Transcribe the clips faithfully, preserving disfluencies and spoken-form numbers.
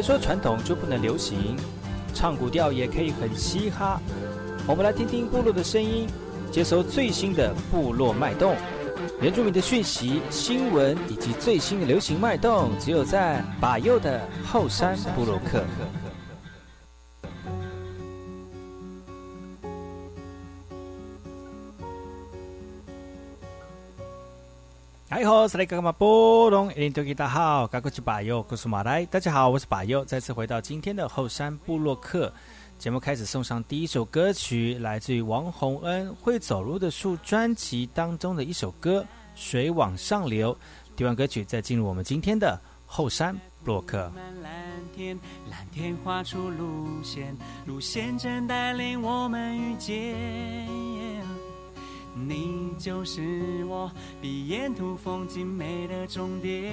谁说传统就不能流行？唱古调也可以很嘻哈。我们来听听部落的声音，接收最新的部落脉动、原住民的讯息、新闻以及最新的流行脉动，只有在把右的后山部落客。哎吼，是来干嘛？波隆，一零大家好，我是把右，我是马来。大家好，我是把右，再次回到今天的后山部落客节目，开始送上第一首歌曲，来自于王洪恩《会走路的树》专辑当中的一首歌《水往上流》。听完歌曲，再进入我们今天的后山部落客。 蓝天，蓝天画出路线，路线正带领我们遇见。你就是我比沿途风景美的终点，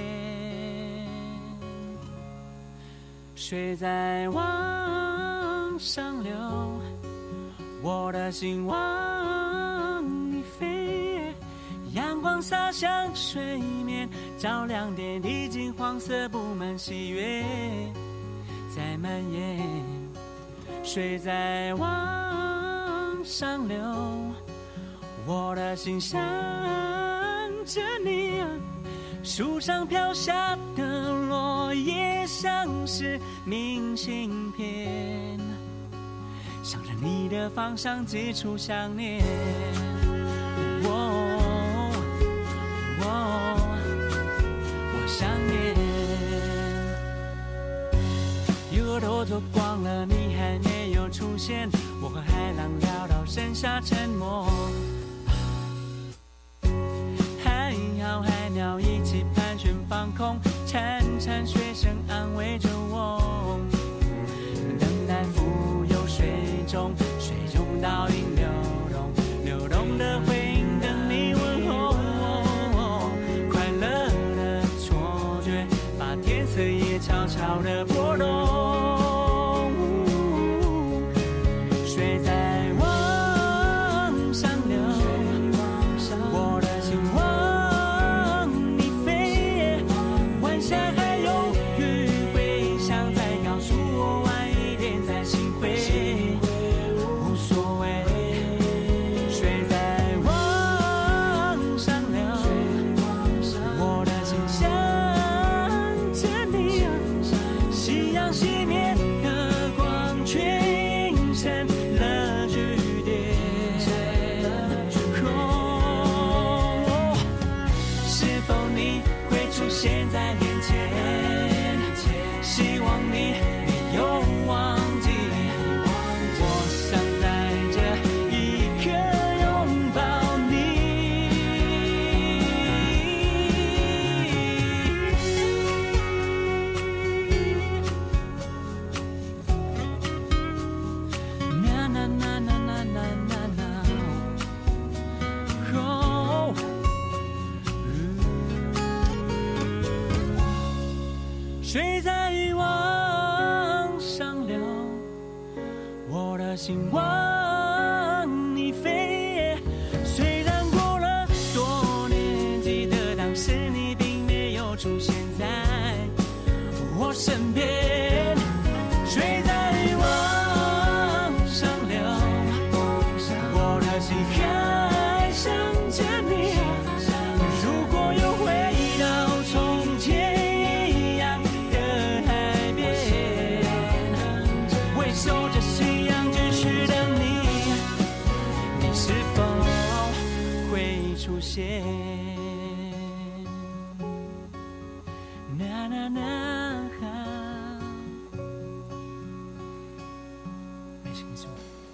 水在往上流，我的心往你飞，阳光洒向水面，照亮点滴金黄色，布满喜悦在蔓延，水在往上流，我的心向着你，树上飘下的落叶像是明信片，向着你的方向寄出想念。哦哦，我想念。又都走光了，你还没有出现，我和海浪聊到剩下沉默。海鸟一起盘旋放空，潺潺水声安慰着我，等待浮游水中，水中倒影流动，流动的回应等你问候，快乐的错觉把天色也悄悄地拨动，水在往上流，我的心往水在往上流，我的心往你飞，虽然过了多年，记得当时你并没有出现在我身边，水在往上流，我的心还想着你，如果有回到从前守着信仰继续等你，你是否会出现？那那那没事，你说。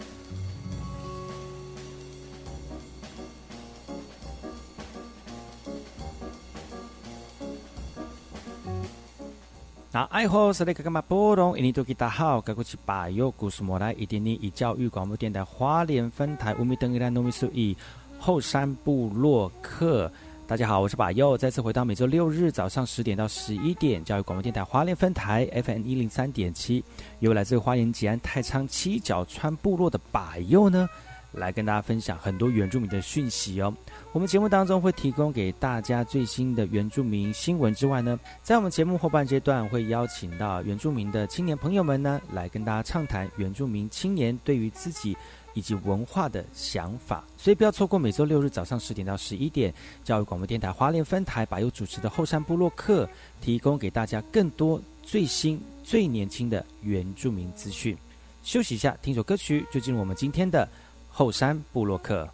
那爱好是那个干嘛波动？印尼多吉大好，我是把右古苏莫来，一点零以教育广播电台花莲分台乌米登伊兰农米苏以后山部落客。大家好，我是把右，再次回到每周六日早上十点到十一点，教育广播电台花莲分台 F M 一零三点七，由来自花莲吉安太仓七角川部落的把右呢，来跟大家分享很多原住民的讯息哦。 我们节目当中会提供给大家最新的原住民新闻之外呢，在我们节目后半阶段会邀请到原住民的青年朋友们呢，来跟大家畅谈原住民青年对于自己以及文化的想法。所以不要错过每周六日早上十点到十一点，教育广播电台花莲分台把由主持的后山部落客，提供给大家更多最新最年轻的原住民资讯。休息一下，听首歌曲，就进入我们今天的后山部落客。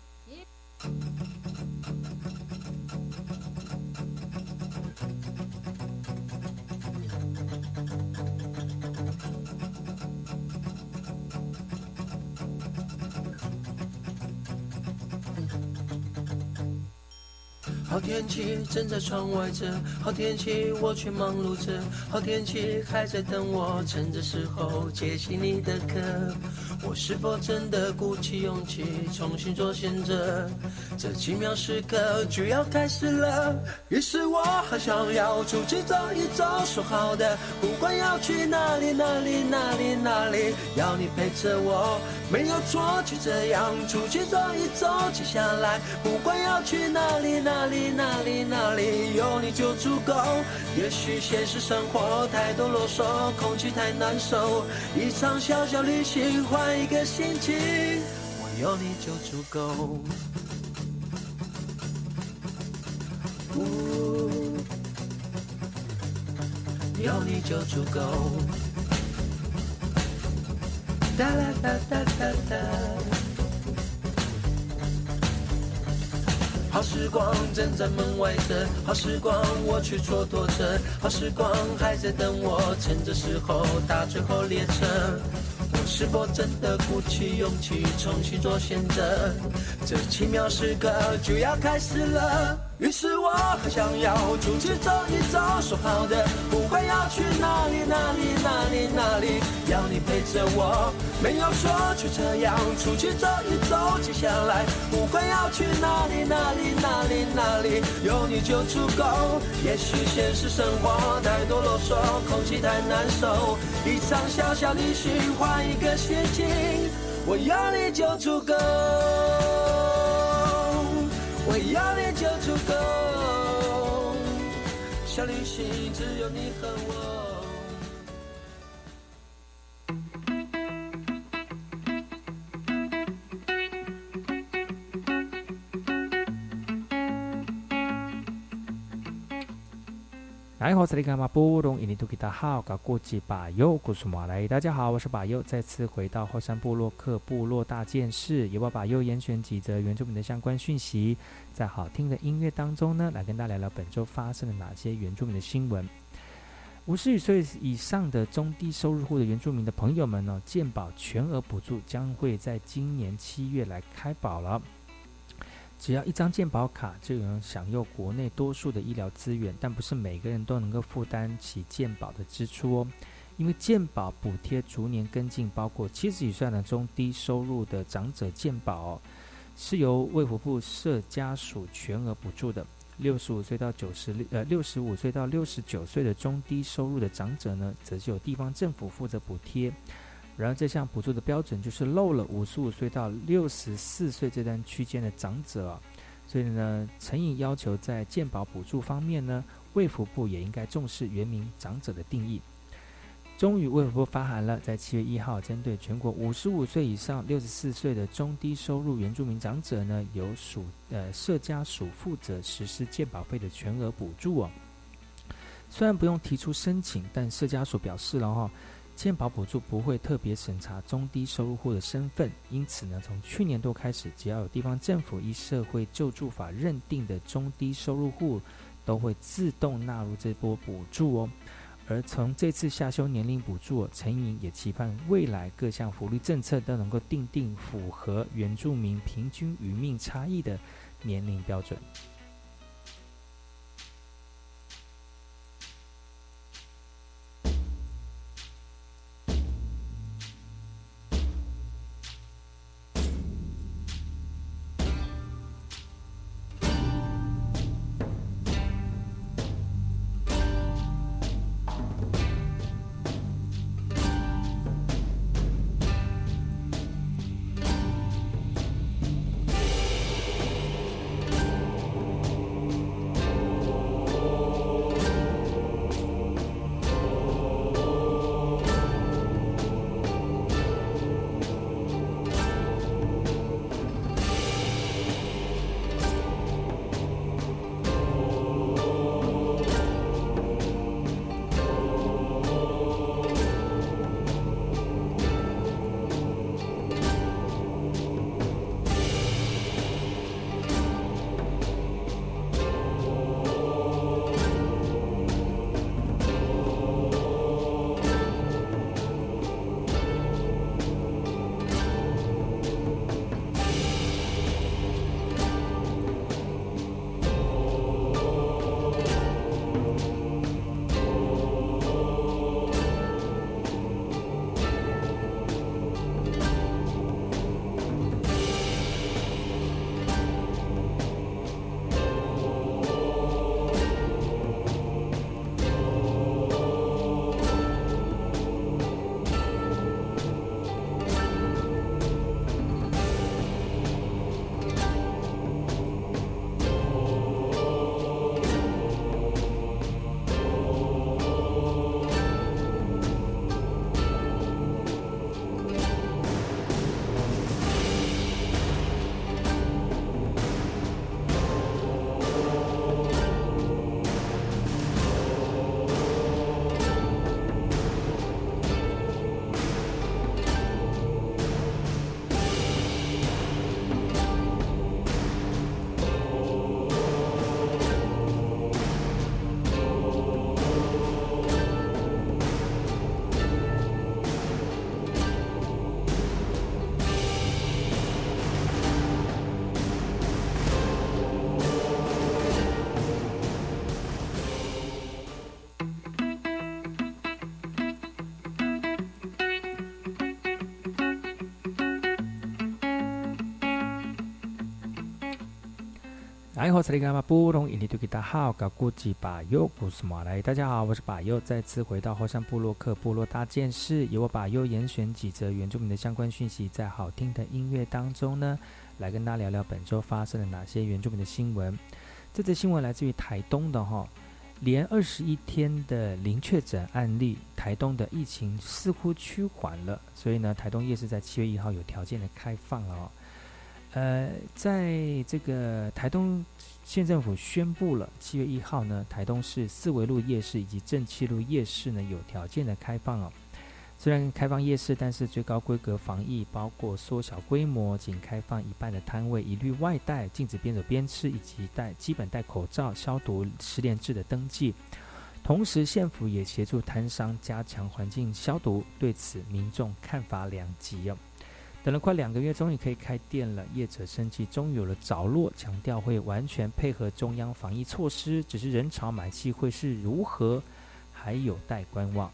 好天气正在窗外着，好天气我却忙碌着，好天气还在等我，趁着时候接起你的课。我是否真的鼓起勇气重新做选择？这奇妙时刻就要开始了，于是我好想要出去走一走，说好的不管要去哪里哪里哪里哪里，要你陪着我，没有错，就这样出去走一走。接下来不管要去哪里哪里哪里哪里，有你就足够。也许现实生活太多啰嗦，空气太难受，一场小小旅行换一个心情，我有你就足够。有你就足够。哒啦哒哒哒哒。好时光正在门外着，好时光我却蹉跎着，好时光还在等我，趁着时候搭最后列车。我是否真的鼓起勇气重新做选择？这奇妙时刻就要开始了，于是我很想要出去走一走，说好的不管要去哪里哪里哪里哪里，要你陪着我，没有错，就这样出去走一走。接下来不管要去哪里哪里哪里哪里，有你就足够。也许现实生活太多啰嗦，空气太难受，一场小小旅行换一个心情，我有你就足够，我有你就足够。小旅行只有你和我。 来好，这里干嘛不懂？印尼土吉达好，搞国际巴友，古苏马来。大家好，我是巴友，再次回到后山部落客部落大件事，由我巴友严选几则原住民的相关讯息，在好听的音乐当中呢，来跟大家聊聊本周发生了哪些原住民的新闻。五十五岁以上的中低收入户的原住民的朋友们呢，健保全额补助将会在今年七月来开保了。只要一张健保卡就能享用国内多数的医疗资源，但不是每个人都能够负担起健保的支出哦。因为健保补贴逐年跟进，包括七十以上的中低收入的长者健保哦，是由卫福部社家署全额补助的。六十五岁到九十呃六十五岁到六十九岁的中低收入的长者呢，则是由地方政府负责补贴。然而这项补助的标准就是漏了五十五岁到六十四岁这段区间的长者啊，所以呢，诚意要求在健保补助方面呢，卫福部也应该重视原民长者的定义。终于卫福部发函了，在七月一号针对全国五十五岁以上六十四岁的中低收入原住民长者呢，由属呃社家署负责实施健保费的全额补助哦。虽然不用提出申请，但社家署表示了哈、哦。健保补助不会特别审查中低收入户的身份，因此呢，从去年度开始，只要有地方政府依社会救助法认定的中低收入户，都会自动纳入这波补助哦。而从这次下修年龄补助、哦，陈颖也期盼未来各项福利政策都能够订定符合原住民平均余命差异的年龄标准。 哎，我是你干嘛不懂？印尼对吉他好，搞估计把右故事马来。大家好，我是把右，再次回到后山部落克部落大件事，由我把右严选几则原住民的相关讯息，在好听的音乐当中呢，来跟大家聊聊本周发生了哪些原住民的新闻。这则新闻来自于台东的哈，连二十一天的零确诊案例，台东的疫情似乎趋缓了，所以呢，台东夜市在七月一号有条件的开放了哦。呃，在这个台东县政府宣布了，七月一号呢，台东市四维路夜市以及正七路夜市呢有条件的开放哦。虽然开放夜市，但是最高规格防疫包括缩小规模，仅开放一半的摊位，一律外带，禁止边走边吃，以及戴基本戴口罩、消毒、实联制的登记。同时，县府也协助摊商加强环境消毒，对此民众看法两极哦。等了快两个月，终于可以开店了。业者生气，终于有了着落，强调会完全配合中央防疫措施，只是人潮买气会是如何，还有待观望。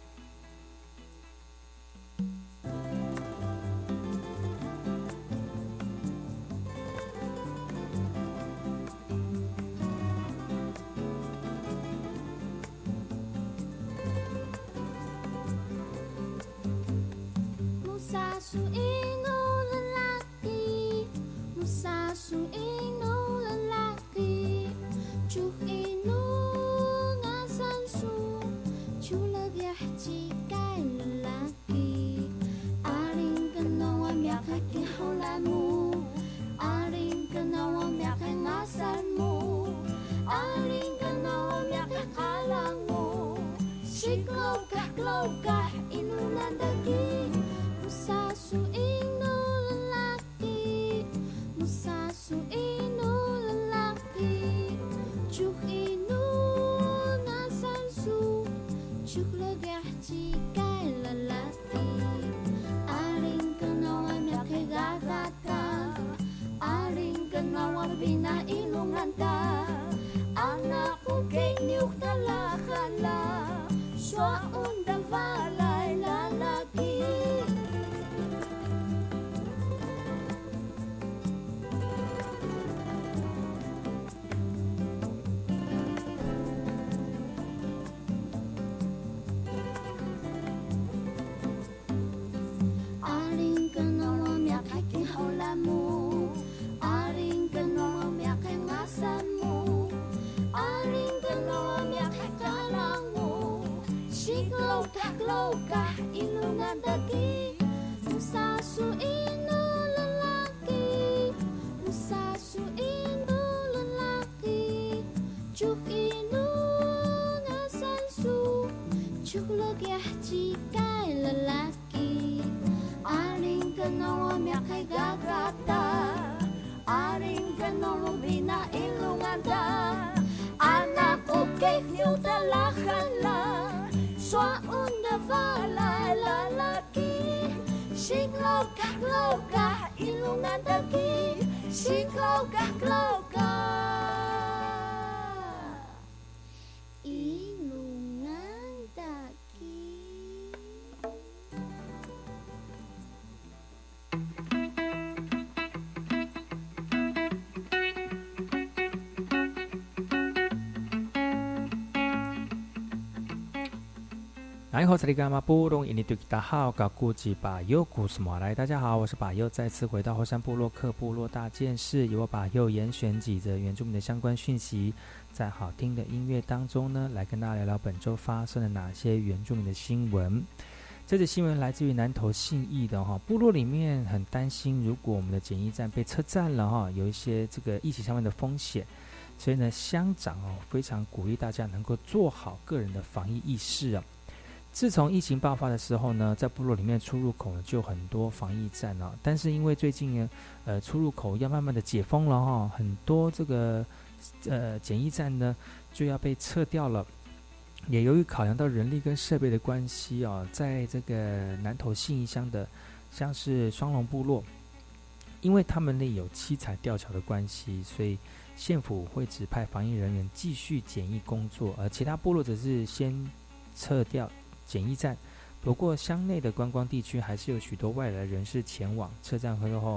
哎，好，这里干嘛不懂？印尼对大好，搞估计把右故事马来。大家好，我是把右，再次回到后山部落克部落大件事，由我把右严选几则原住民的相关讯息，在好听的音乐当中呢，来跟大家聊聊本周发生了哪些原住民的新闻。这则新闻来自于南投信义的哈部落里面，很担心如果我们的检疫站被撤站了哈，有一些这个疫情上面的风险，所以呢，乡长哦非常鼓励大家能够做好个人的防疫意识啊。自从疫情爆发的时候呢，在部落里面出入口呢就很多防疫站啊，但是因为最近呢，呃，出入口要慢慢的解封了哈，很多这个呃检疫站呢就要被撤掉了。也由于考量到人力跟设备的关系啊，在这个南投信义乡的像是双龙部落，因为他们内有七彩吊桥的关系，所以县府会指派防疫人员继续检疫工作，而其他部落则是先撤掉检疫站。不过乡内的观光地区还是有许多外来人士前往，撤站后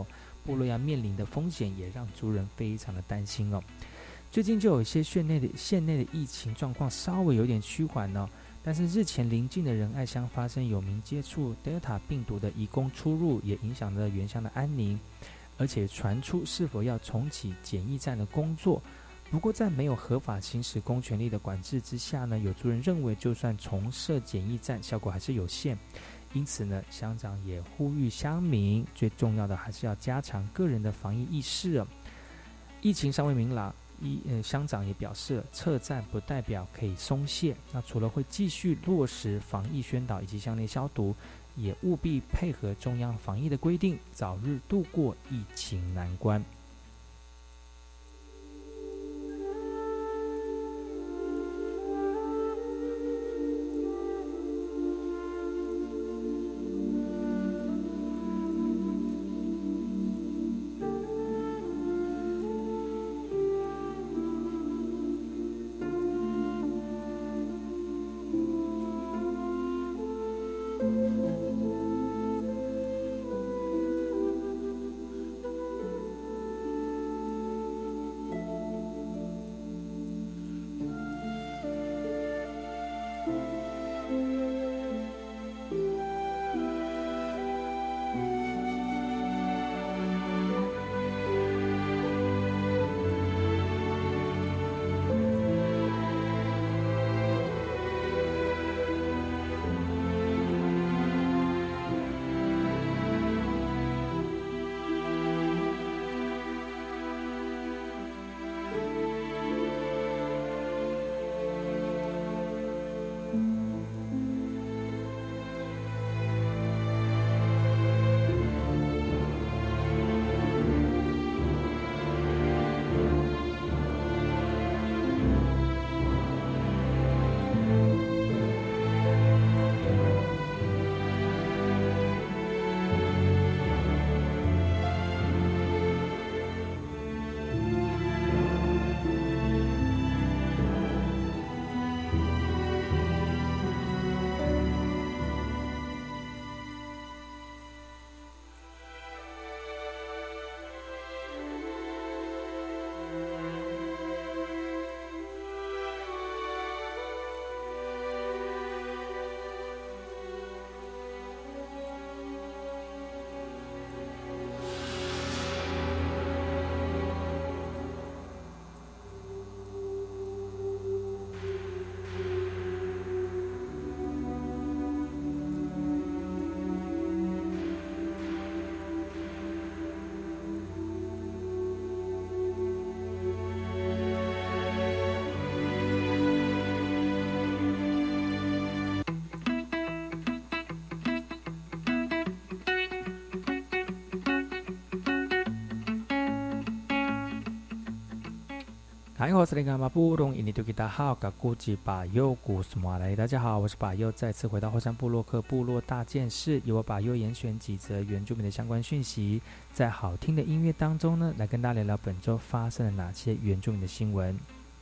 部落要面临的风险，也让族人非常的担心哦。最近就有一些县内的县内的疫情状况稍微有点趋缓哦，但是日前邻近的仁爱乡发生有名接触 Delta 病毒的移工出入，也影响了原乡的安宁，而且传出是否要重启检疫站的工作。不过在没有合法行使公权力的管制之下呢，有族人认为就算重设检疫站效果还是有限，因此呢乡长也呼吁乡民最重要的还是要加强个人的防疫意识哦。疫情尚未明朗，一呃乡长也表示了撤站不代表可以松懈，那除了会继续落实防疫宣导以及乡内消毒，也务必配合中央防疫的规定，早日度过疫情难关。大家好，我是巴佑，再次回到后山部落客部落大件事，由我巴佑严选几则原住民的相关讯息，在好听的音乐当中呢，来跟大家聊聊本周发生了哪些原住民的新闻。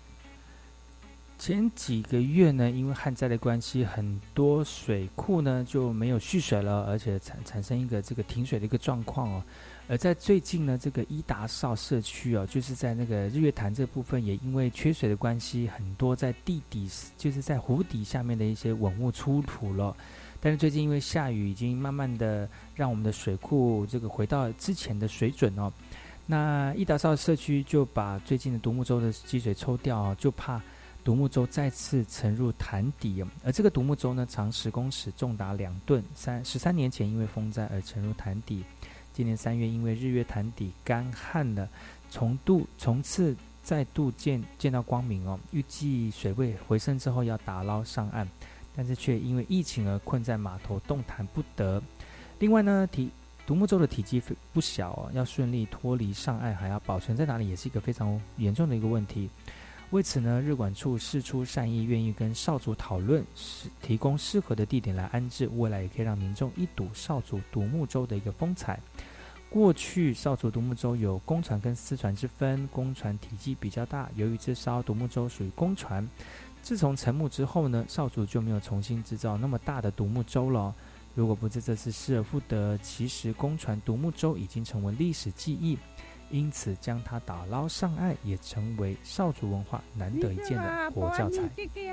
前几个月呢，因为旱灾的关系，很多水库呢就没有蓄水了，而且产产生一个这个停水的一个状况哦。而在最近呢，这个伊达邵社区哦，就是在那个日月潭这部分，也因为缺水的关系，很多在地底，就是在湖底下面的一些文物出土了。但是最近因为下雨，已经慢慢的让我们的水库这个回到之前的水准哦。那伊达邵社区就把最近的独木舟的积水抽掉哦，就怕独木舟再次沉入潭底哦。而这个独木舟呢，长十公尺，重达两吨，三十三年前因为风灾而沉入潭底。今年三月，因为日月潭底干旱了，重度从此再度见见到光明哦。预计水位回升之后要打捞上岸，但是却因为疫情而困在码头动弹不得。另外呢，体独木舟的体积不小哦，要顺利脱离上岸，还要保存在哪里，也是一个非常严重的一个问题。为此呢，日管处释出善意，愿意跟少族讨论，提供适合的地点来安置，未来也可以让民众一睹少族独木舟的一个风采。过去少族独木舟有公船跟私船之分，公船体积比较大，由于这艘独木舟属于公船，自从成木之后呢，少族就没有重新制造那么大的独木舟了。 如果不在这次失而复得，其实公船独木舟已经成为历史记忆，因此将它打捞上岸，也成为少族文化难得一见的活教材。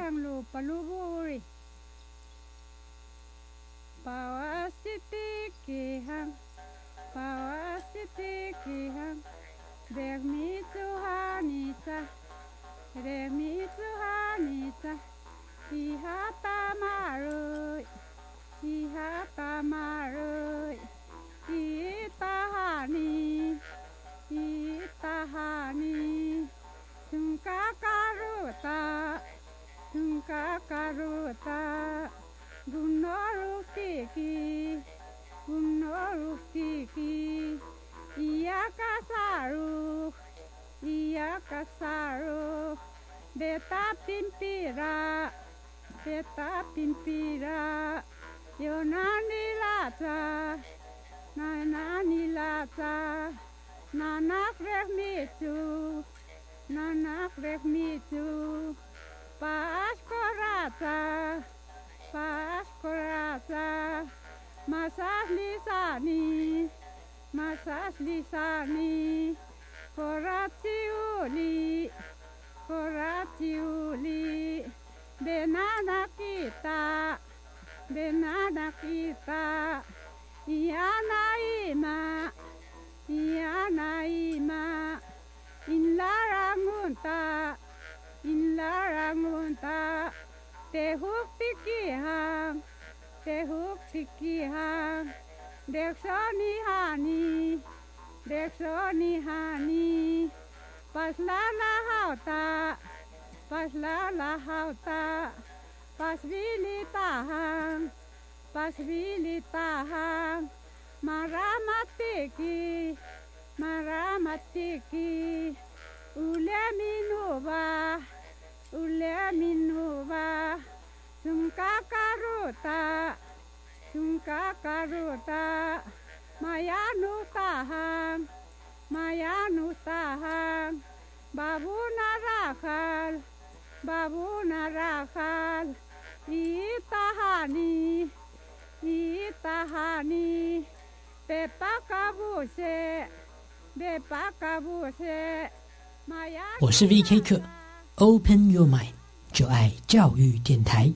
Itahani Tungka karuta Tungka karuta Gunoru tiki Gunoru tiki Iya kasaru Iya kasaru Beta pimpira Beta pimpira Yonani lata Nani lata Nanak rehmitu, nanak rehmitu, pas korata, pas korata, masas lisani, masas lisani, korati uli, korati uli, benana kita, benana kita, iana ima. Iya naima in larangunta in larangunta tehuk pikihang tehuk pikihang deksoni hani deksoni hani pas lala hauta pas lala hauta pas vilitahang pas vilitahang Maramatiki, maramatiki, ule minuba, ule minuba, sungka karuta, sungka karuta, mayanu tahang, mayanu tahang, babu narakal, babu narakal, itahani, itahani. 我是 V K 客 Open Your Mind 就爱教育电台。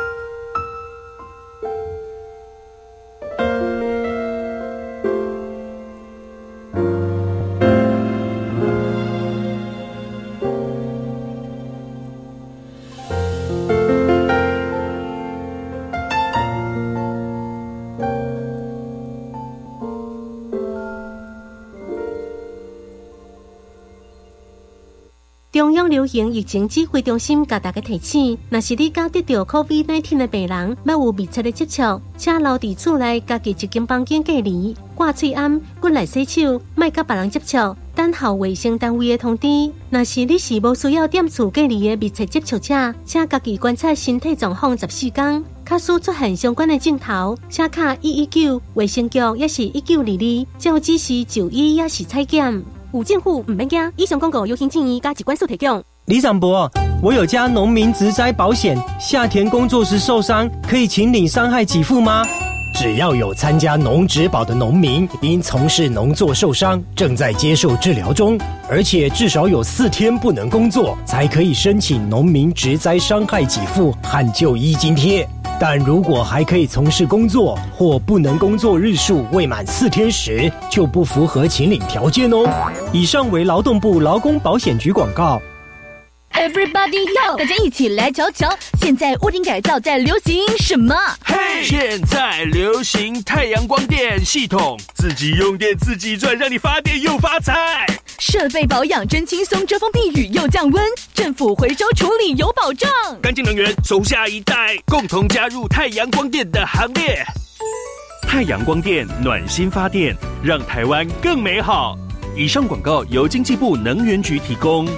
中央流行疫情指挥中心甲大家提醒，若是你甲得到 COVID 十九 的病人，要有密切的接触，请留伫厝内家己一间房间隔离，挂喙罨，滚来洗手，莫甲别人接触，等候卫生单位的通知。若是你是无需要踮厝隔离的密切接触者，请家己观察身体状况十四天。假使出现相关的症头，请打一一九，卫生局也是一九二二，照指示就医也是采检。有政府唔免惊，以上广告由行政院加疾管署提供。 李长伯，我有加农民植栽保险，夏田工作时受伤，可以请领伤害给付吗？ 只要有参加农植保的农民，因从事农作受伤，正在接受治疗中，而且至少有四天不能工作，才可以申请农民植栽伤害给付和就医津贴。但如果还可以从事工作，或不能工作日数未满四天时，就不符合请领条件哦。 以上为劳动部劳工保险局广告。 Everybody yo， 大家一起来瞧瞧，现在屋顶改造在流行什么？ 嘿，现在流行太阳光电系统，自己用电自己赚，让你发电又发财。 设备保养真轻松，遮风避雨又降温，政府回收处理有保障。 干净能源，守下一代，共同加入太阳光电的行列。太阳光电暖心发电，让台湾更美好。以上广告由经济部能源局提供。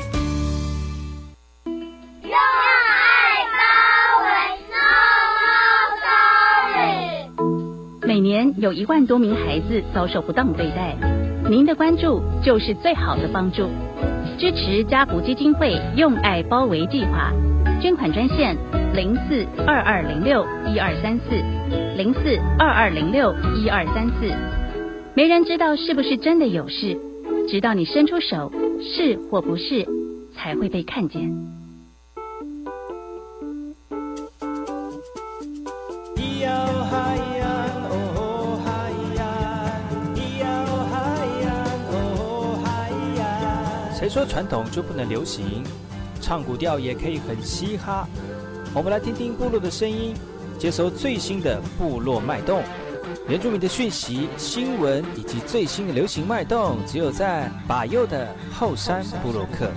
每年有一万多名孩子遭受不当对待，您的关注就是最好的帮助。支持家福基金会用爱包围计划，捐款专线零四二二零六一二三四零四二二零六一二三四。没人知道是不是真的有事，直到你伸出手，是或不是，才会被看见。 谁说传统就不能流行？唱古调也可以很嘻哈。我们来听听部落的声音，接收最新的部落脉动、原住民的讯息、新闻以及最新的流行脉动，只有在把右的后山部落客。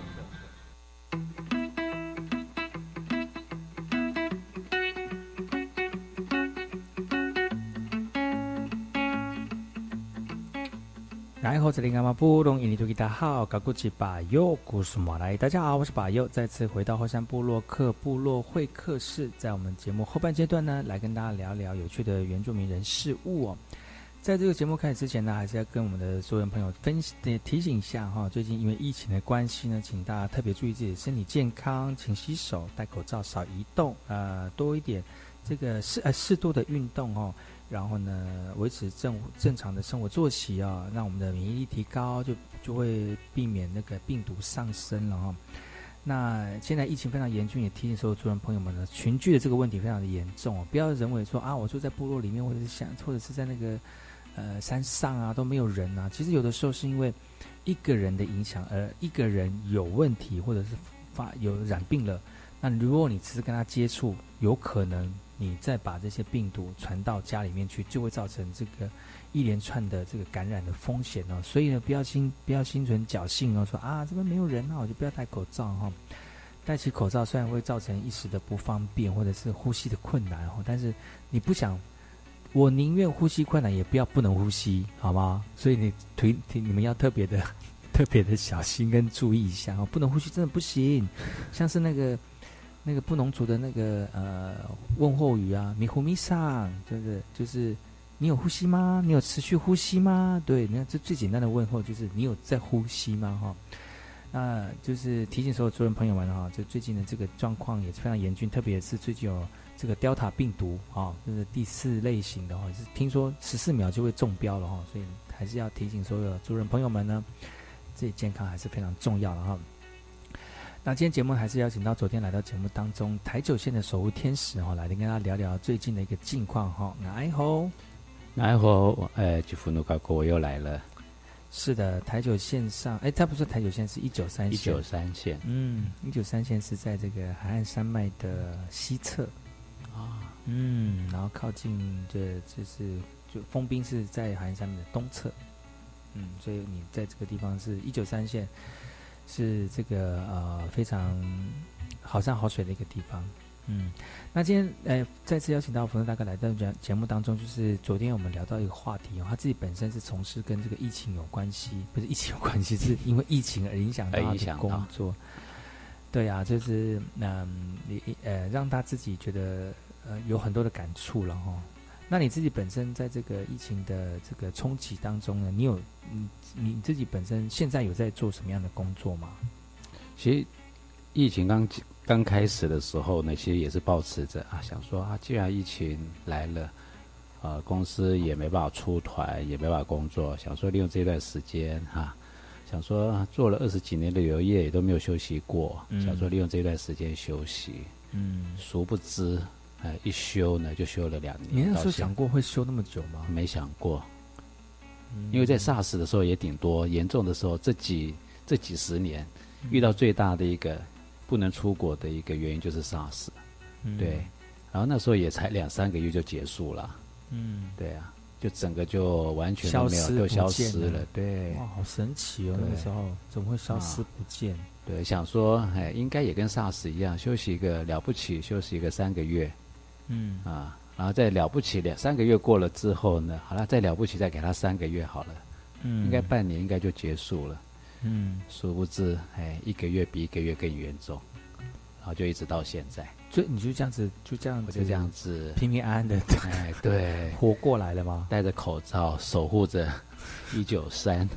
然后这里干嘛不懂印尼多吉大好，高古吉巴佑古苏马来，大家好，我是巴佑，再次回到后山部落客部落会客室，在我们节目后半阶段呢，来跟大家聊聊有趣的原住民人事物哦。在这个节目开始之前呢，还是要跟我们的所有朋友分提醒一下哈，最近因为疫情的关系呢，请大家特别注意自己的身体健康，勤洗手，戴口罩，少移动，呃，多一点这个适呃适度的运动哦。然后呢，维持正正常的生活作息啊，让我们的免疫力提高，就就会避免那个病毒上升了哈、哦。那现在疫情非常严峻，也提醒所有族人朋友们呢，群聚的这个问题非常的严重哦，不要认为说啊，我住在部落里面，或者是想，或者是在那个呃山上啊都没有人啊。其实有的时候是因为一个人的影响，而一个人有问题，或者是发有染病了，那如果你只是跟他接触，有可能你再把这些病毒传到家里面去，就会造成这个一连串的这个感染的风险哦。所以呢，不要心不要心存侥幸哦，说啊这边没有人，那我就不要戴口罩哈、哦。戴起口罩虽然会造成一时的不方便或者是呼吸的困难哦，但是你不想，我宁愿呼吸困难，也不要不能呼吸，好吗？所以你推你们要特别的特别的小心跟注意一下哦，不能呼吸真的不行，像是那个。那个布农族的那个呃问候语啊，米呼米桑，就是就是你有呼吸吗？你有持续呼吸吗？对，那这最简单的问候就是你有在呼吸吗？哈、哦，那就是提醒所有族人朋友们哈、哦，就最近的这个状况也是非常严峻，特别是最近有这个 Delta 病毒啊、哦，就是第四类型的哈、哦，是听说十四秒就会中标了哈、哦，所以还是要提醒所有族人朋友们呢，自己健康还是非常重要的哈。哦那今天节目还是邀请到昨天来到节目当中台九线的守护天使哈、哦，来跟大家聊聊最近的一个近况哈。哎吼， 哎吼，哎，吉福努高哥我又来了。 是的，台九线上，哎，他不是台九线，是一九三线。 一九三线， 嗯，一九三线是在这个海岸山脉的西侧啊，嗯，然后靠近这就是就丰滨是在海岸山脉的东侧，嗯，所以你在这个地方是一九三线。是这个呃非常好山好水的一个地方，嗯，那今天呃再次邀请到冯大哥来到节目当中，就是昨天我们聊到一个话题哦，他自己本身是从事跟这个疫情有关系，不是疫情有关系，是因为疫情而影响到他的工作，对啊，就是嗯你呃让他自己觉得呃有很多的感触了哈、哦。那你自己本身在这个疫情的这个冲击当中呢，你有你你自己本身现在有在做什么样的工作吗？ 其实疫情刚刚开始的时候呢，其实也是抱持着啊，想说啊，既然疫情来了，呃，公司也没办法出团，也没办法工作，想说利用这段时间哈、啊，想说、啊、做了二十几年的旅游业也都没有休息过，嗯、想说利用这段时间休息，嗯，殊不知。哎，一休呢就休了两年。 你那时候想过会休那么久吗？ 没想过，嗯、因为在 SARS 的时候也顶多严重的时候，这几这几十年、嗯、遇到最大的一个不能出国的一个原因就是 SARS，、嗯、对，然后那时候也才两三个月就结束了，嗯，对啊，就整个就完全都没有，就消失了，对， 哇，好神奇哦，那个时候怎么会消失不见？啊、 对，想说，哎，应该也跟 SARS 一样，休息一个了不起，休息一个三个月。嗯啊，然后再了不起两三个月过了之后呢，好了，再了不起再给他三个月好了，嗯，应该半年应该就结束了，嗯，殊不知哎，一个月比一个月更严重，然后就一直到现在， 所以你就这样子就这样子就这样子平平安安的， 哎，对， 活过来了吗？ 戴着口罩守护着一九三。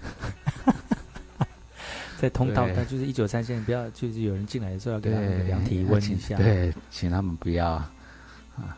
在通道，但就是一九三线，不要就是有人进来的时候要给他们量体温一下， 对，请他们不要。啊，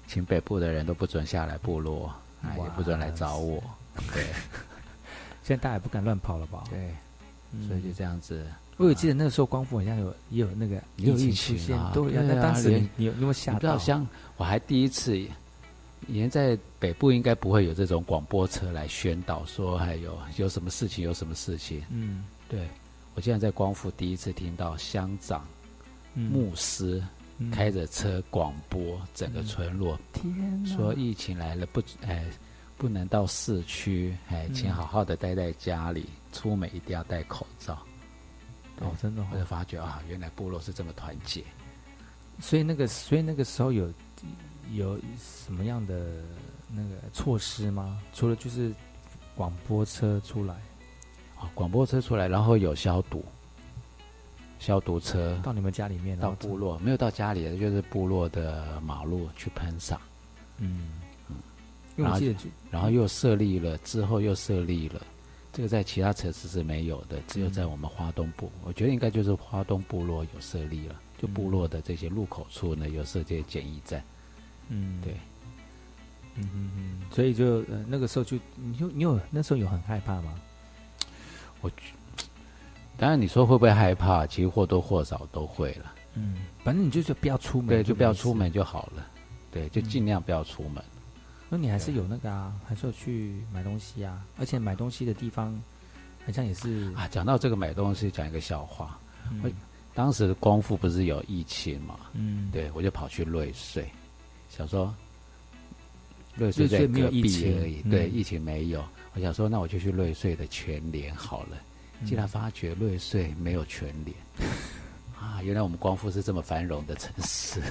请北部的人都不准下来部落，啊，也不准来找我。对， 现在大家也不敢乱跑了吧？ 对，所以就这样子。 我有记得那个时候光复好像有也有那个也有疫情情啊， 对呀。那当时你你有没有吓到？ 你知道，像我还第一次，以前在北部应该不会有这种广播车来宣导说还有有什么事情有什么事情。嗯，对。我现在在光复第一次听到乡长、嗯、牧师、嗯、开着车广播整个村落， 嗯、 说疫情来了不哎不能到市区，哎，请好好的待在家里，嗯、出门一定要戴口罩。 哦，真的、哦， 我就发觉啊，原来部落是这么团结。 所以那个，所以那个时候有有什么样的那个措施吗？除了就是广播车出来， 啊，广播车出来，然后有消毒，消毒车到你们家里面， 到部落没有到家里的，就是部落的马路去喷洒。嗯嗯，然后然后又设立了，之后又设立了。这个在其他城市是没有的，只有在我们花东部，嗯、我觉得应该就是花东部落有设立了，就部落的这些入口处呢有设这些检疫站。嗯，对， 嗯嗯嗯，所以就呃那个时候就你就你有那时候有很害怕吗？ 我当然你说会不会害怕，其实或多或少都会了。 嗯，反正你就是不要出门， 对，就不要出门就好了。对，就尽量不要出门。嗯， 那你还是有那个啊，还是有去买东西啊，而且买东西的地方好像也是啊。讲到这个买东西，讲一个笑话。嗯、我当时光复不是有疫情嘛？嗯，对，我就跑去瑞穗，想说瑞穗在隔壁而已，对，嗯、疫情没有。我想说，那我就去瑞穗的全联好了。竟然发觉瑞穗没有全联，啊！原来我们光复是这么繁荣的城市。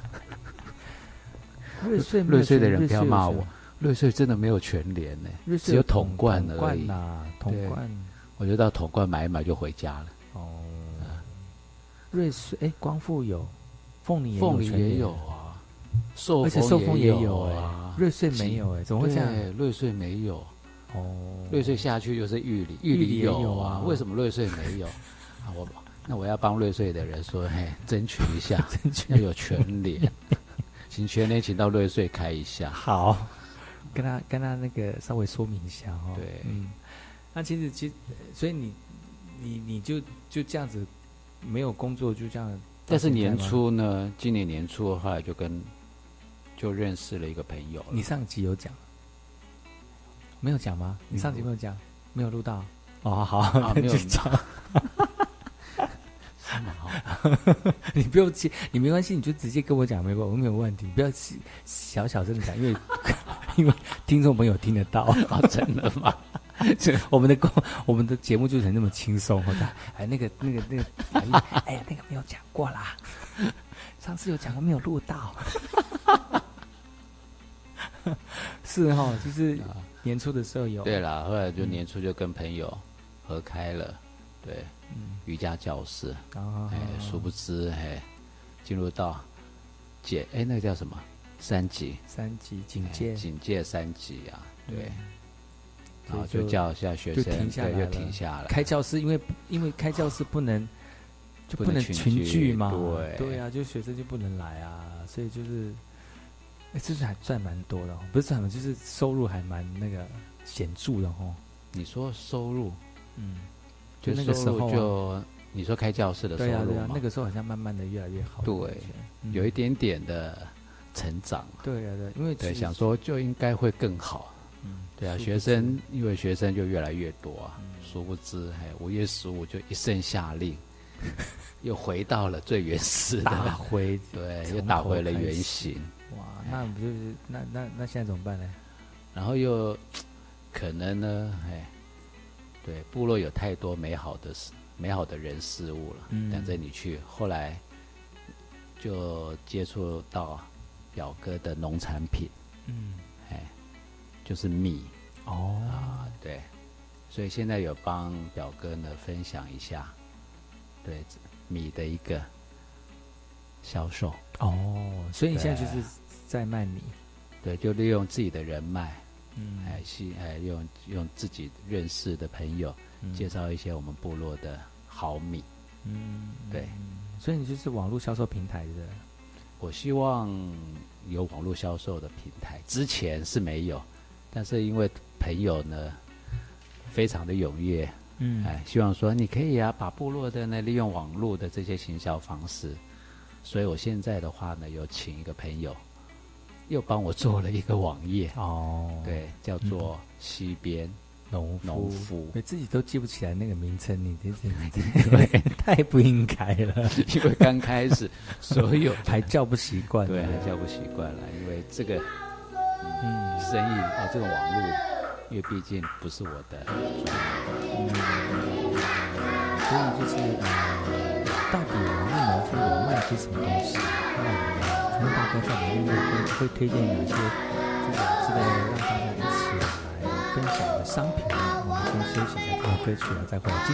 瑞穗瑞穗的人不要骂我。瑞穗真的没有全联呢，只有统冠而已。 统冠， 我就到统冠买一买就回家了。哦， 嗯、瑞穗哎，光复有，凤梨凤梨也有啊，寿而且寿丰也有啊，瑞穗没有哎，怎么会这样？ 瑞穗没有。哦，瑞穗下去就是玉里，玉里有啊，有啊为什么瑞穗没有？啊，我那我要帮瑞穗的人说，嘿，争取一下，争取要有全联，请全联请到瑞穗开一下。 好。跟他跟他那个稍微说明一下哈、哦， 对， 嗯，那其实其实，所以你你你就就这样子没有工作就这样， 但是年初呢，今年年初后来就跟就认识了一个朋友了。 你上集有讲？没有讲吗？你上集没有讲？没有录到？哦，好， 啊、没有讲。 你不用接，你没关系，你就直接跟我讲，没关系，我没有问题，不要小小声的讲，因为因为听众朋友听得到。 啊，真的吗？ 我们的工，我们的节目就是那么轻松，或者哎，那个那个那个，哎，那个没有讲过啦，上次有讲过没有录到？是哈、哦，就是年初的时候有。 对啦，后来就年初就跟朋友合开了，对。嗯，瑜伽教室，哦、哎，殊不知，哎，进入到戒，哎，那个叫什么？三级， 三级警戒， 哎、警戒三级啊，对。嗯、然后就叫一下学生， 就停下来对，就停下来。 开教室，因为因为开教室不能，就不能群聚嘛， 对对啊，就学生就不能来啊，所以就是，哎，这是还赚蛮多的、哦，不是赚蛮，就是收入还蛮那个显著的哦。 你说收入， 嗯。就那个时候、啊、 就你说开教室的收入嘛， 对啊对啊，那个时候好像慢慢的越来越好， 对，嗯、有一点点的成长， 对啊对，因为对想说就应该会更好，嗯，对啊，学生因为学生就越来越多啊，嗯、殊不知哎，五月十五就一声下令，又回到了最原始的， 打回对，又打回了原形， 哇，那不就是那那那现在怎么办呢？ 然后又可能呢，哎。对，部落有太多美好的事、美好的人事物了，嗯、等着你去。后来就接触到表哥的农产品，嗯，哎，就是米哦啊，对，所以现在有帮表哥呢分享一下，对米的一个销售哦，所以你现在就是在卖米， 对，就利用自己的人脉。嗯，哎，是哎，用用自己认识的朋友、嗯、介绍一些我们部落的好米，嗯，对， 所以你就是网络销售平台的。 我希望有网络销售的平台，之前是没有，但是因为朋友呢非常的踊跃，嗯，哎，希望说你可以啊，把部落的呢利用网络的这些行销方式，所以我现在的话呢，有请一个朋友，又帮我做了一个网页哦，对，叫做西边农农夫， 我自己都记不起来那个名称，你这这对太不应该了， 因为刚开始所有还叫不习惯， 对，还叫不习惯了，因为这个嗯生意啊，这个网络，因为毕竟不是我的，嗯， 所以就是呃，到底网络农夫有卖些什么东西？那我们福农大哥在哪里会会推荐哪些这个值得让大家一起来分享的商品呢？我们先休息一下，这首歌曲了再回来听。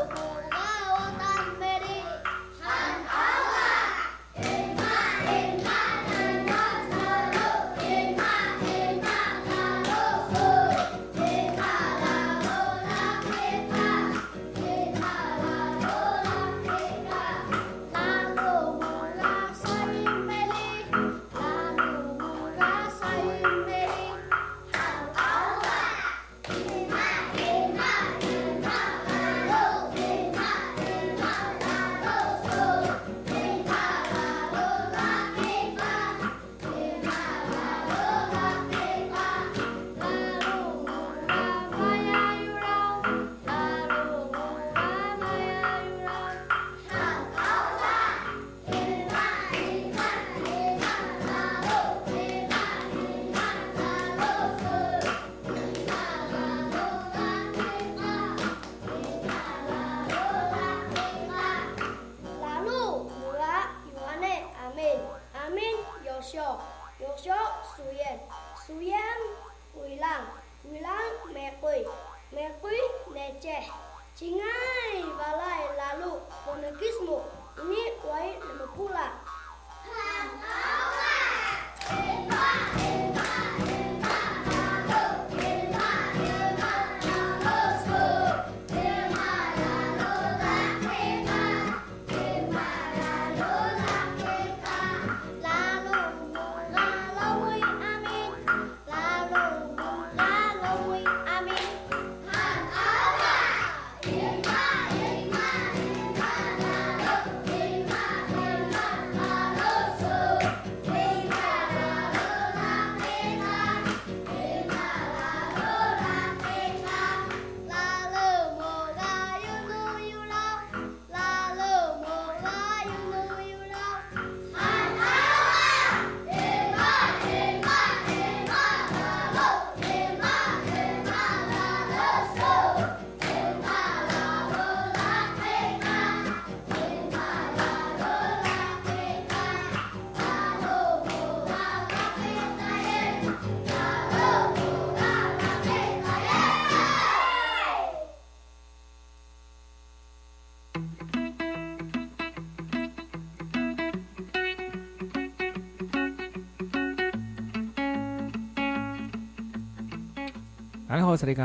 大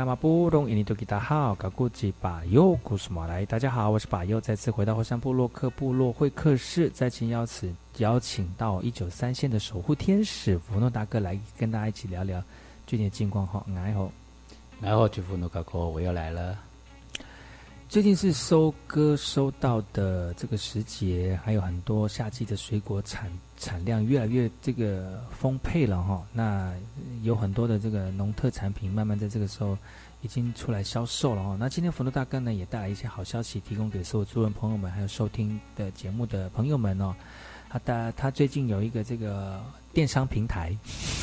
家好，我是巴佑，再次回到后山部落客部落会客室，再请邀请邀请到一九三线的守护天使福诺大哥来跟大家一起聊聊最近的近况哈。然后， 然后福诺大哥，我又来了。 最近是收割收到的这个时节，还有很多夏季的水果产产量越来越这个丰沛了哈。那有很多的这个农特产品慢慢在这个时候已经出来销售了哈。那今天福诺大哥呢也带来一些好消息，提供给所有族人朋友们，还有收听的节目的朋友们哦。他的他最近有一个这个电商平台。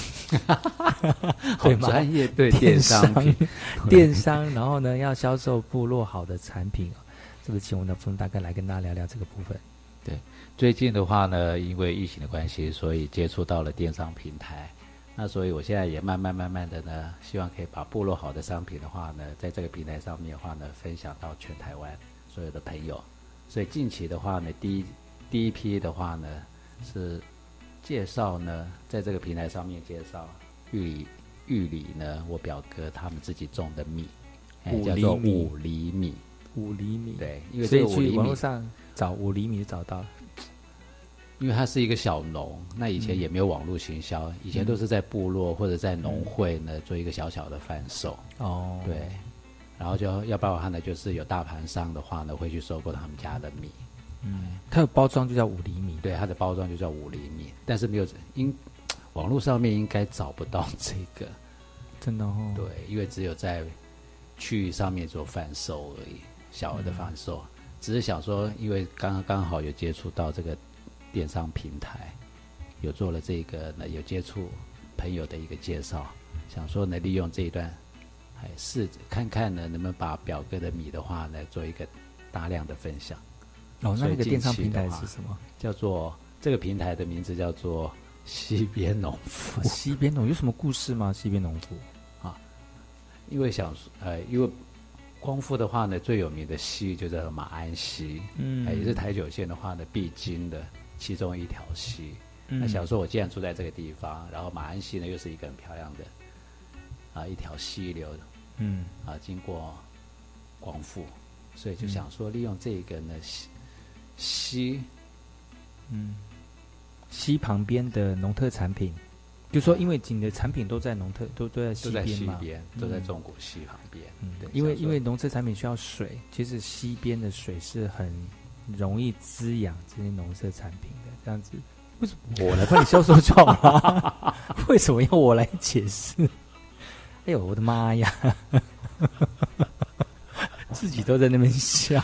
好专业，对电商品电商，然后呢要销售部落好的产品，是不是请我们的福农大哥来跟大家聊聊这个部分？ 对，最近的话呢，因为疫情的关系，所以接触到了电商平台，那所以我现在也慢慢慢慢的呢，希望可以把部落好的商品的话呢，在这个平台上面的话呢，分享到全台湾所有的朋友。所以近期的话呢，第一第一批的话呢是。介绍呢，在这个平台上面介绍玉里玉里呢，我表哥他们自己种的米，哎，叫做五厘米， 五厘米， 对，因为所以去网络上找五厘米就找到了。 因为它是一个小农，那以前也没有网络行销，嗯、以前都是在部落或者在农会呢、嗯、做一个小小的贩售。哦，对，然后就要不然的话呢，就是有大盘商的话呢，会去收购他们家的米。 嗯，它的包装就叫五厘米， 对，它的包装就叫五厘米，但是没有，应网络上面应该找不到这个， 真的哦。 对，因为只有在区域上面做贩售而已，小额的贩售。嗯、只是想说，因为刚刚刚好有接触到这个电商平台，有做了这个呢，有接触朋友的一个介绍，想说呢，利用这一段，还试着看看呢，能不能把表哥的米的话呢，做一个大量的分享。 哦，那那个电商平台是什么？ 叫做这个平台的名字叫做西边农夫。 哦、西边农有什么故事吗？西边农夫啊，因为想呃，因为光复的话呢，最有名的溪就叫马鞍溪，嗯、呃，也是台九线的话呢必经的其中一条溪。嗯、那想说，我既然住在这个地方，然后马鞍溪呢又是一个很漂亮的啊一条溪流，嗯，啊经过光复，所以就想说利用这个呢。溪， 嗯，溪旁边的农特产品，就说因为你的产品都在农特，都都在溪边嘛， 都在中古溪旁边。 嗯，对，因为因为农特产品需要水，其实溪边的水是很容易滋养这些农特产品的。这样子，为什么我来帮你销售就好了？为什么要我来解释？哎呦，我的妈呀！自己都在那边笑。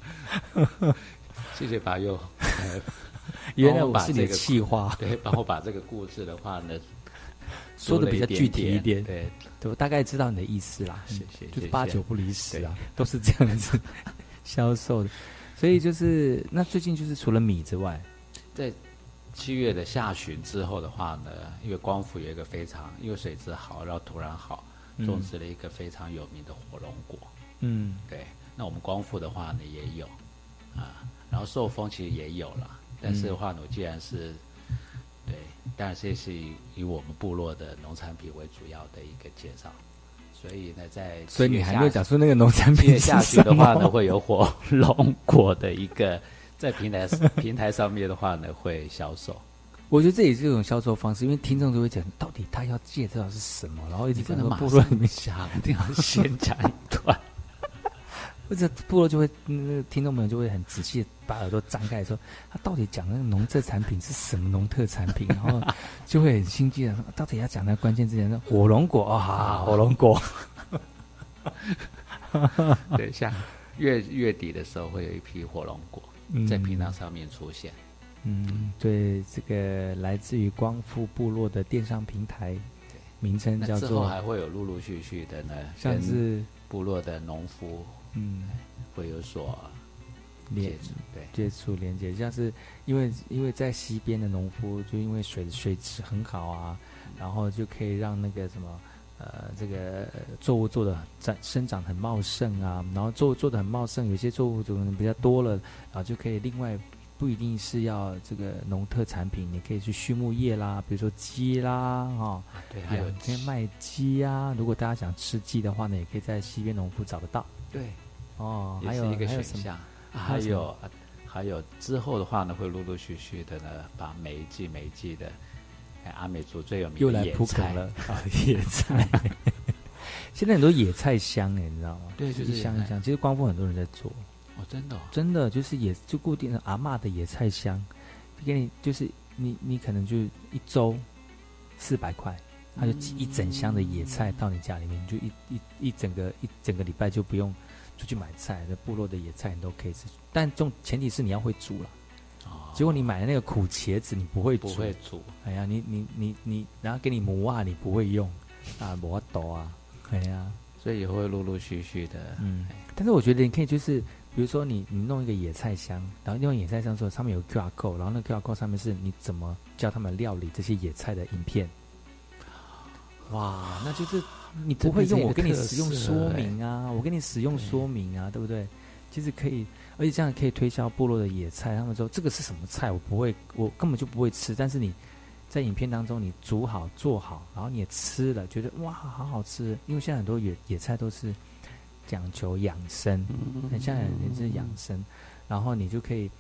谢谢巴佑， 原来我是你的企划， 对，帮我把这个故事的话呢说的比较具体一点， 对， 对，我大概知道你的意思啦， 谢谢， 就是八九不离十啊，都是这样子销售的，所以就是那最近就是除了米之外， 在七月的下旬之后的话呢，因为光复有一个非常，因为水质好，然后土壤好，种植了一个非常有名的火龙果，嗯，对，那我们光复的话呢也有啊。然后寿丰其实也有了，但是的话呢，我既然是，对，当然这是以以我们部落的农产品为主要的一个介绍，所以呢，在所以你还没有讲出那个农产品下去的话呢，会有火龙果的一个在平台平台上面的话呢会销售。 我觉得这也是一种销售方式，因为听众都会讲，到底他要介绍是什么，然后一直在那个部落里面想，一定要先讲一段。 或者部落就会，那个听众们就会很仔细把耳朵张开，说他到底讲那个农特产品是什么农特产品，然后就会很心悸的说，到底要讲那个关键字眼，说火龙果啊、哦，火龙果。 对，像月月底的时候会有一批火龙果在频道上面出现。 嗯，对，这个来自于光复部落的电商平台，名称叫做。 之后还会有陆陆续续的呢， 像是部落的农夫。嗯，会有所连对接触连接，像是因为因为在溪边的农夫，就因为水水质很好啊，然后就可以让那个什么呃这个作物做的长生长很茂盛啊，然后作物做的很茂盛，有些作物可能比较多了，然后就可以另外不一定是要这个农特产品，你可以去畜牧业啦，比如说鸡啦，哈、哦， 对，还有可以卖鸡啊。如果大家想吃鸡的话呢，也可以在溪边农夫找得到。 对。 哦， 也是一个选项，还有还有之后的话呢，会陆陆续续的呢，把每一季每一季的，哎，阿美族最有名的野菜了啊，野菜。现在很多野菜香哎，你知道吗？ 对，就是香一香。其实光复很多人在做， 哦，真的、哦， 真的就是野就固定的阿嬷的野菜香，给你就是你你可能就一周四百块。他就寄一整箱的野菜到你家里面，就一一一整个一整个礼拜就不用出去买菜，这部落的野菜你都可以吃，但重前提是你要会煮了。哦。结果你买的那个苦茄子你不会煮， 不会煮。 哎呀，你你你你，然后给你磨啊，你不会用啊，磨豆啊，哎呀， 所以也会陆陆续续的。 嗯。但是我觉得你可以就是，比如说你你弄一个野菜箱，然后用野菜箱的时候上面有 Q R code， 然后那 Q R code 上面是你怎么教他们料理这些野菜的影片。哇，那就是你不会用，我给你使用说明啊，我给你使用说明啊，对不对？其实可以，而且这样可以推销部落的野菜。他们说这个是什么菜，我不会，我根本就不会吃。但是你在影片当中，你煮好做好，然后你也吃了，觉得哇，好好吃。因为现在很多野野菜都是讲求养生，很像也是养生，然后你就可以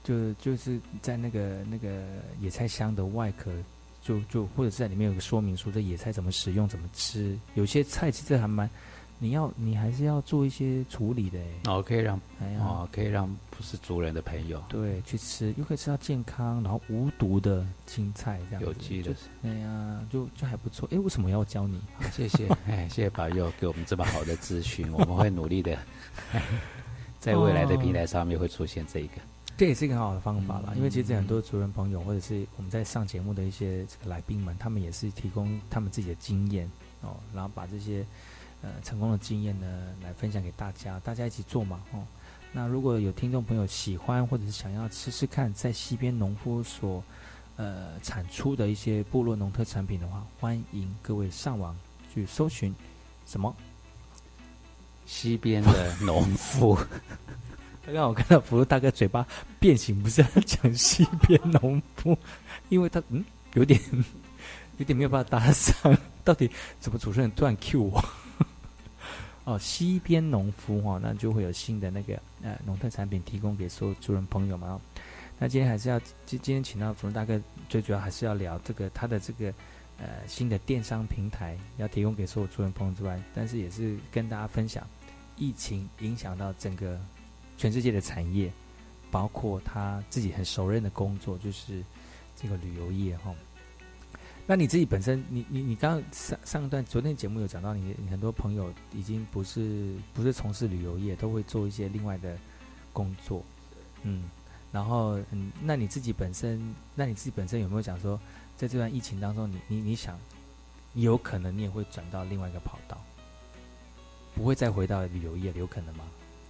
就就是在那个那个野菜箱的外壳，就就或者是在里面有个说明书，这野菜怎么使用，怎么吃。有些菜其实还蛮，你要你还是要做一些处理的哦，可以让哎呀哦，可以让不是族人的朋友对去吃，又可以吃到健康，然后无毒的青菜这样子， 有机的， 哎呀，就就还不错。哎，为什么要教你？ 谢谢，哎，谢谢保佑给我们这么好的资讯，我们会努力的，在未来的平台上面会出现这一个。 这也是一个很好的方法啦， 嗯、 因为其实很多族人朋友或者是我们在上节目的一些这个来宾们，他们也是提供他们自己的经验哦，然后把这些呃成功的经验呢来分享给大家，大家一起做嘛哦。那如果有听众朋友喜欢或者是想要吃吃看在西边农夫所呃产出的一些部落农特产品的话，欢迎各位上网去搜寻什么西边的农夫。 刚刚我看到福禄大哥嘴巴变形，不是要讲西边农夫，因为他嗯有点有点没有办法搭上，到底怎么主持人突然 cue 我？哦，西边农夫哈、哦，那就会有新的那个呃农特产品提供给所有族人朋友们哦。那今天还是要今今天请到福禄大哥，最主要还是要聊这个他的这个呃新的电商平台，要提供给所有族人朋友之外，但是也是跟大家分享疫情影响到整个全世界的产业，包括他自己很熟稔的工作，就是这个旅游业哈。那你自己本身，你你你刚刚上上一段昨天节目有讲到你，你很多朋友已经不是不是从事旅游业，都会做一些另外的工作，嗯，然后嗯，那你自己本身，那你自己本身有没有讲说，在这段疫情当中，你你你想，有可能你也会转到另外一个跑道，不会再回到旅游业，有可能吗？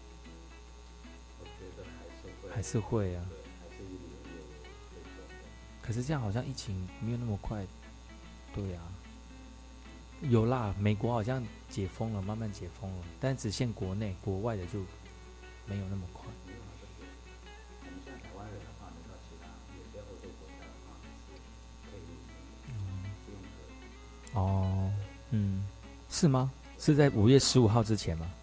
还是会啊，可是这样好像疫情没有那么快，对啊，有啦，美国好像解封了，慢慢解封了，但只限国内，国外的就没有那么快。嗯、哦，嗯，是吗？是在五月十五号之前吗？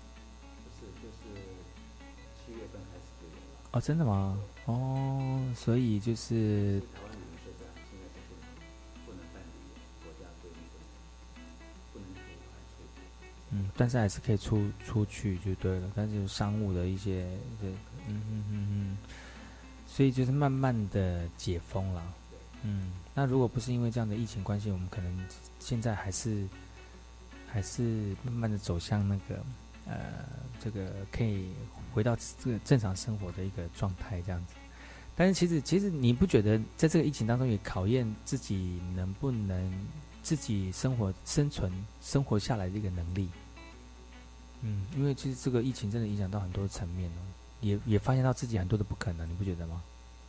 哦，真的吗？哦，所以就是嗯，但是还是可以出出去就对了，但是商务的一些，对，嗯嗯嗯嗯，所以就是慢慢的解封了，嗯，那如果不是因为这样的疫情关系，我们可能现在还是还是慢慢的走向那个呃，这个可以回到这个正常生活的一个状态这样子。但是其实其实你不觉得在这个疫情当中也考验自己能不能自己生活生存生活下来的一个能力？嗯，因为其实这个疫情真的影响到很多层面哦，也也发现到自己很多的不可能，你不觉得吗？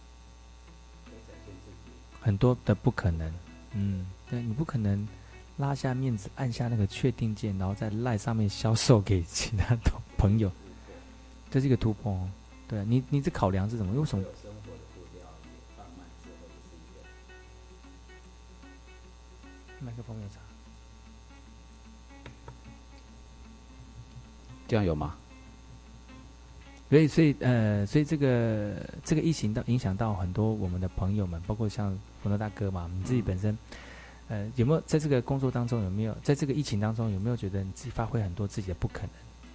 很多的不可能，嗯，对，你不可能拉下面子按下那个确定键，然后在赖上面销售给其他的朋友，这是一个突破哦。对啊，你你这考量是什么？为什么？麦克风有差， 这样有吗？ 所以，所以，呃，所以这个这个疫情到影响到很多我们的朋友们，包括像福禄大哥嘛，你自己本身，呃，有没有在这个工作当中有没有在这个疫情当中有没有觉得你自己发挥很多自己的不可能？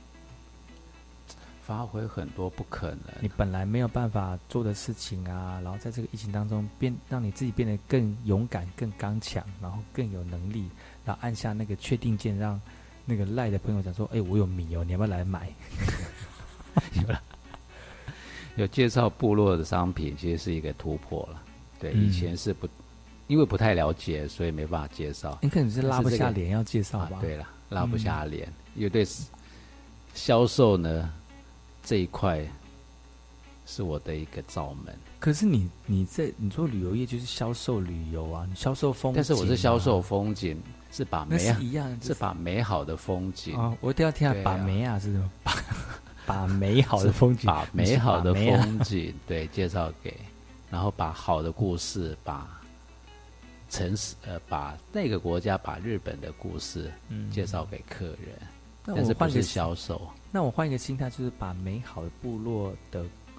发挥很多不可能， 你本来没有办法做的事情啊，然后在这个疫情当中变，让你自己变得更勇敢、更刚强，然后更有能力，然后按下那个确定键，让那个赖的朋友讲说：“哎、欸，我有米哦，你要不要来买？” 有了，有介绍部落的商品，其实是一个突破了。对，嗯、以前是不，因为不太了解，所以没办法介绍。 你可能是拉不下脸要介绍吧、 啊？对了，拉不下脸，嗯、因为对销售呢。这一块是我的一个罩门。 可是你你在你做旅游业就是销售旅游啊，你销售风景、啊。 但是我是销售风景，是把美是一样、就是， 是把美好的风景。 哦，我一定要听下把美啊，是什么？把把美好的风景， 把美好的风景对介绍给，然后把好的故事，把城市呃把那个国家把日本的故事介绍给客人。嗯、但是不是销售？ 那我换一个心态，就是把美好的部落的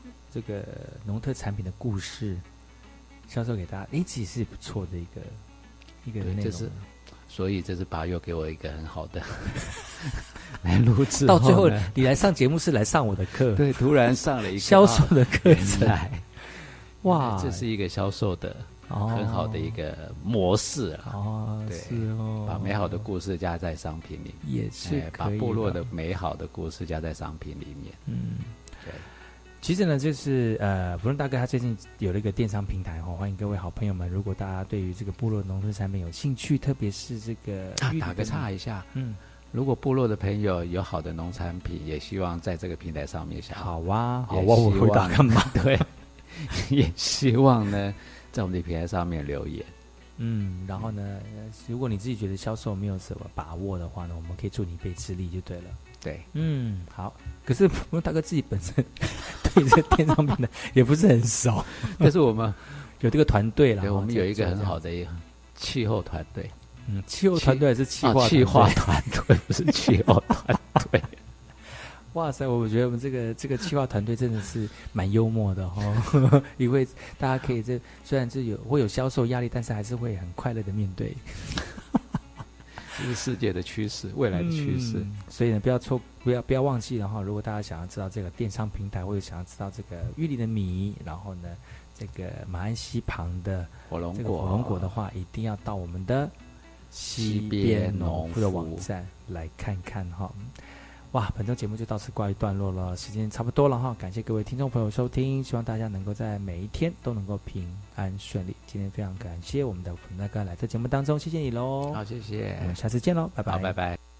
这个农特产品的故事销售给大家，哎，其实是不错的一个一个内容。 就是所以这是巴佑给我一个很好的来录制。 到最后，你来上节目是来上我的课， 对，突然上了一个销售的课程， 哇，这是一个销售的很好的一个模式啊。 哦， 对， 是哦， 把美好的故事加在商品里， 也是把部落的美好的故事加在商品里面。 嗯， 对。 其实呢，就是呃，福伦大哥他最近有了一个电商平台哦，欢迎各位好朋友们，如果大家对于这个部落农特产品有兴趣，特别是这个啊，打个岔一下， 嗯， 如果部落的朋友有好的农产品，也希望在这个平台上面想， 好啊，好啊，我回答干嘛？ 对，也希望呢，在我们的平台上面留言。 嗯，然后呢，如果你自己觉得销售没有什么把握的话呢，我们可以助你一臂之力就对了。 对， 嗯，好。可是福伦大哥自己本身对这电商平台也不是很熟， 但是我们有这个团队啦， 对，我们有一个很好的气候团队。 嗯，气候团队还是气化气化团队，不是气候团队。 哇塞，我觉得我们这个这个企划团队真的是蛮幽默的哈、哦，因为大家可以这虽然是有会有销售压力，但是还是会很快乐的面对。 这是世界的趋势，未来的趋势、 嗯。所以呢，不要错，不要不要忘记了哈。如果大家想要知道这个电商平台，或者想要知道这个玉里的米，然后呢，这个马鞍溪旁的火龙这个火龙果的话，一定要到我们的西边农夫的网站来看看哈。哇，本周节目就到此告一段落了，时间差不多了哈，感谢各位听众朋友收听，希望大家能够在每一天都能够平安顺利。今天非常感谢我们的那个来到节目当中，谢谢你喽。 好，谢谢， 我们下次见喽，拜拜， 好，拜拜。